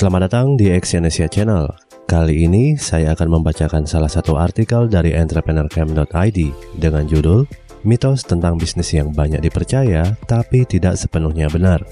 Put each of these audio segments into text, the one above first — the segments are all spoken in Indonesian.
Selamat datang di Exyonesia Channel. Kali ini saya akan membacakan salah satu artikel dari entrepreneurcamp.id dengan judul Mitos tentang bisnis yang banyak dipercaya tapi tidak sepenuhnya benar.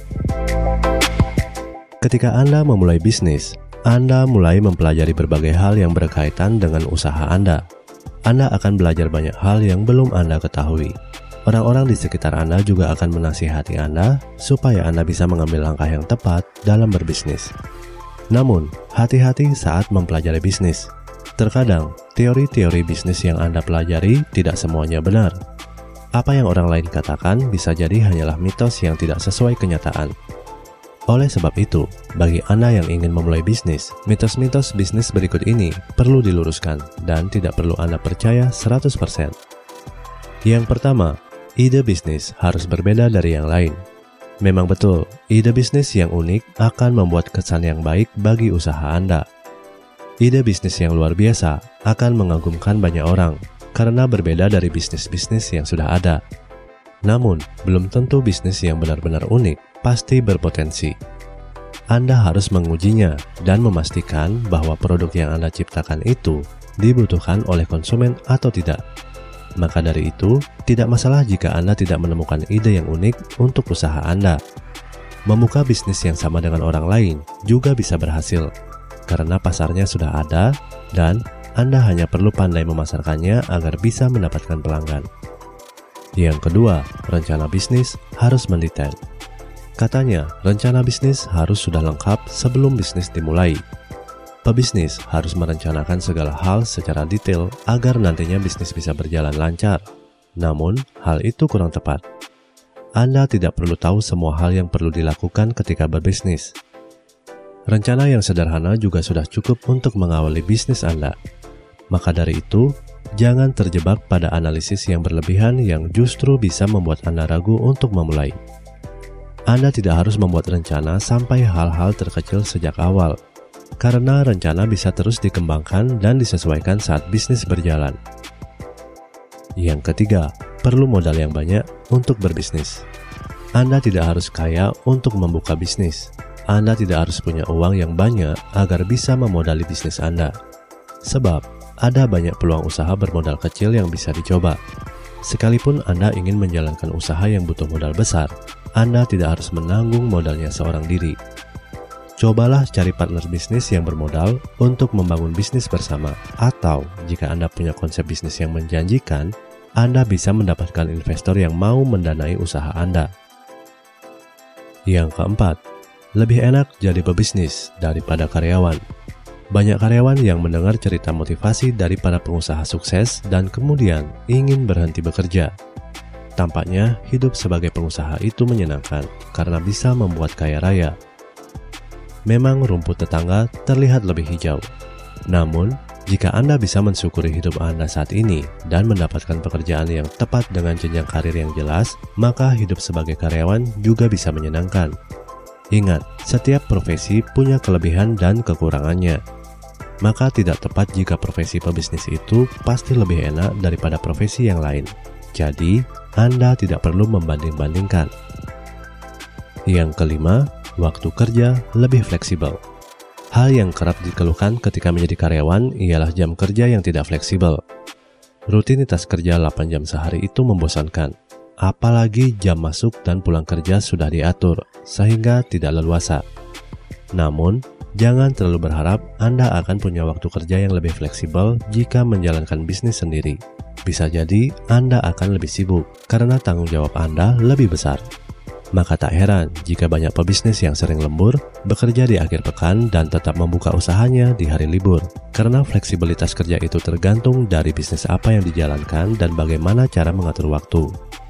Ketika Anda memulai bisnis, Anda mulai mempelajari berbagai hal yang berkaitan dengan usaha Anda. Anda akan belajar banyak hal yang belum Anda ketahui. Orang-orang di sekitar Anda juga akan menasihati Anda supaya Anda bisa mengambil langkah yang tepat dalam berbisnis. Namun, hati-hati saat mempelajari bisnis. Terkadang, teori-teori bisnis yang Anda pelajari tidak semuanya benar. Apa yang orang lain katakan bisa jadi hanyalah mitos yang tidak sesuai kenyataan. Oleh sebab itu, bagi Anda yang ingin memulai bisnis, mitos-mitos bisnis berikut ini perlu diluruskan dan tidak perlu Anda percaya 100%. Yang pertama, ide bisnis harus berbeda dari yang lain. Memang betul, ide bisnis yang unik akan membuat kesan yang baik bagi usaha Anda. Ide bisnis yang luar biasa akan mengagumkan banyak orang karena berbeda dari bisnis-bisnis yang sudah ada. Namun, belum tentu bisnis yang benar-benar unik pasti berpotensi. Anda harus mengujinya dan memastikan bahwa produk yang Anda ciptakan itu dibutuhkan oleh konsumen atau tidak. Maka dari itu, tidak masalah jika Anda tidak menemukan ide yang unik untuk usaha Anda. Membuka bisnis yang sama dengan orang lain juga bisa berhasil, karena pasarnya sudah ada dan Anda hanya perlu pandai memasarkannya agar bisa mendapatkan pelanggan. Yang kedua, rencana bisnis harus mendetail. Katanya, rencana bisnis harus sudah lengkap sebelum bisnis dimulai. Pebisnis harus merencanakan segala hal secara detail agar nantinya bisnis bisa berjalan lancar. Namun, hal itu kurang tepat. Anda tidak perlu tahu semua hal yang perlu dilakukan ketika berbisnis. Rencana yang sederhana juga sudah cukup untuk mengawali bisnis Anda. Maka dari itu, jangan terjebak pada analisis yang berlebihan yang justru bisa membuat Anda ragu untuk memulai. Anda tidak harus membuat rencana sampai hal-hal terkecil sejak awal, karena rencana bisa terus dikembangkan dan disesuaikan saat bisnis berjalan. Yang ketiga, perlu modal yang banyak untuk berbisnis. Anda tidak harus kaya untuk membuka bisnis. Anda tidak harus punya uang yang banyak agar bisa memodali bisnis Anda. Sebab, ada banyak peluang usaha bermodal kecil yang bisa dicoba. Sekalipun Anda ingin menjalankan usaha yang butuh modal besar, Anda tidak harus menanggung modalnya seorang diri. Cobalah cari partner bisnis yang bermodal untuk membangun bisnis bersama, atau jika Anda punya konsep bisnis yang menjanjikan, Anda bisa mendapatkan investor yang mau mendanai usaha Anda. Yang keempat, lebih enak jadi pebisnis daripada karyawan. Banyak karyawan yang mendengar cerita motivasi dari para pengusaha sukses dan kemudian ingin berhenti bekerja. Tampaknya hidup sebagai pengusaha itu menyenangkan karena bisa membuat kaya raya. Memang rumput tetangga terlihat lebih hijau. Namun, jika Anda bisa mensyukuri hidup Anda saat ini dan mendapatkan pekerjaan yang tepat dengan jenjang karir yang jelas, maka hidup sebagai karyawan juga bisa menyenangkan. Ingat, setiap profesi punya kelebihan dan kekurangannya. Maka tidak tepat jika profesi pebisnis itu pasti lebih enak daripada profesi yang lain. Jadi, Anda tidak perlu membanding-bandingkan. Yang kelima, waktu kerja lebih fleksibel. Hal yang kerap dikeluhkan ketika menjadi karyawan ialah jam kerja yang tidak fleksibel. Rutinitas kerja 8 jam sehari itu membosankan, apalagi jam masuk dan pulang kerja sudah diatur, sehingga tidak leluasa. Namun, jangan terlalu berharap Anda akan punya waktu kerja yang lebih fleksibel jika menjalankan bisnis sendiri. Bisa jadi Anda akan lebih sibuk, karena tanggung jawab Anda lebih besar. Maka tak heran jika banyak pebisnis yang sering lembur, bekerja di akhir pekan dan tetap membuka usahanya di hari libur. Karena fleksibilitas kerja itu tergantung dari bisnis apa yang dijalankan dan bagaimana cara mengatur waktu.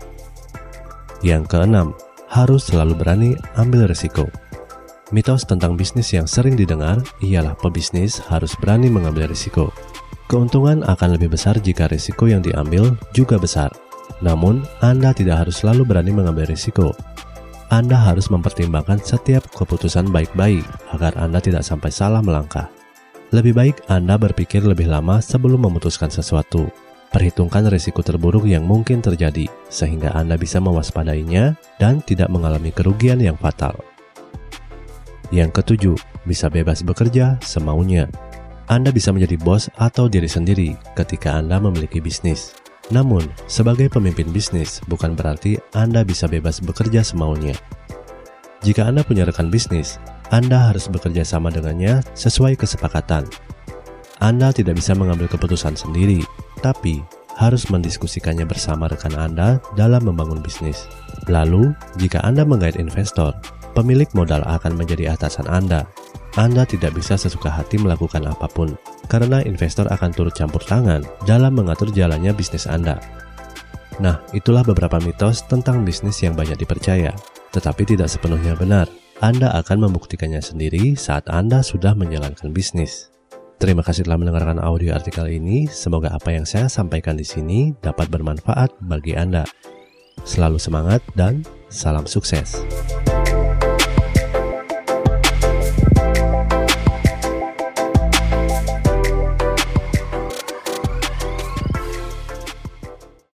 Yang keenam, harus selalu berani ambil risiko. Mitos tentang bisnis yang sering didengar ialah pebisnis harus berani mengambil risiko. Keuntungan akan lebih besar jika risiko yang diambil juga besar. Namun, Anda tidak harus selalu berani mengambil risiko. Anda harus mempertimbangkan setiap keputusan baik-baik agar Anda tidak sampai salah melangkah. Lebih baik Anda berpikir lebih lama sebelum memutuskan sesuatu. Perhitungkan risiko terburuk yang mungkin terjadi, sehingga Anda bisa mewaspadainya dan tidak mengalami kerugian yang fatal. Yang ketujuh, bisa bebas bekerja semaunya. Anda bisa menjadi bos atau diri sendiri ketika Anda memiliki bisnis. Namun, sebagai pemimpin bisnis bukan berarti Anda bisa bebas bekerja semaunya. Jika Anda punya rekan bisnis, Anda harus bekerja sama dengannya sesuai kesepakatan. Anda tidak bisa mengambil keputusan sendiri, tapi harus mendiskusikannya bersama rekan Anda dalam membangun bisnis. Lalu, jika Anda menggait investor, pemilik modal akan menjadi atasan Anda. Anda tidak bisa sesuka hati melakukan apapun, karena investor akan turut campur tangan dalam mengatur jalannya bisnis Anda. Nah, itulah beberapa mitos tentang bisnis yang banyak dipercaya, tetapi tidak sepenuhnya benar. Anda akan membuktikannya sendiri saat Anda sudah menjalankan bisnis. Terima kasih telah mendengarkan audio artikel ini. Semoga apa yang saya sampaikan di sini dapat bermanfaat bagi Anda. Selalu semangat dan salam sukses.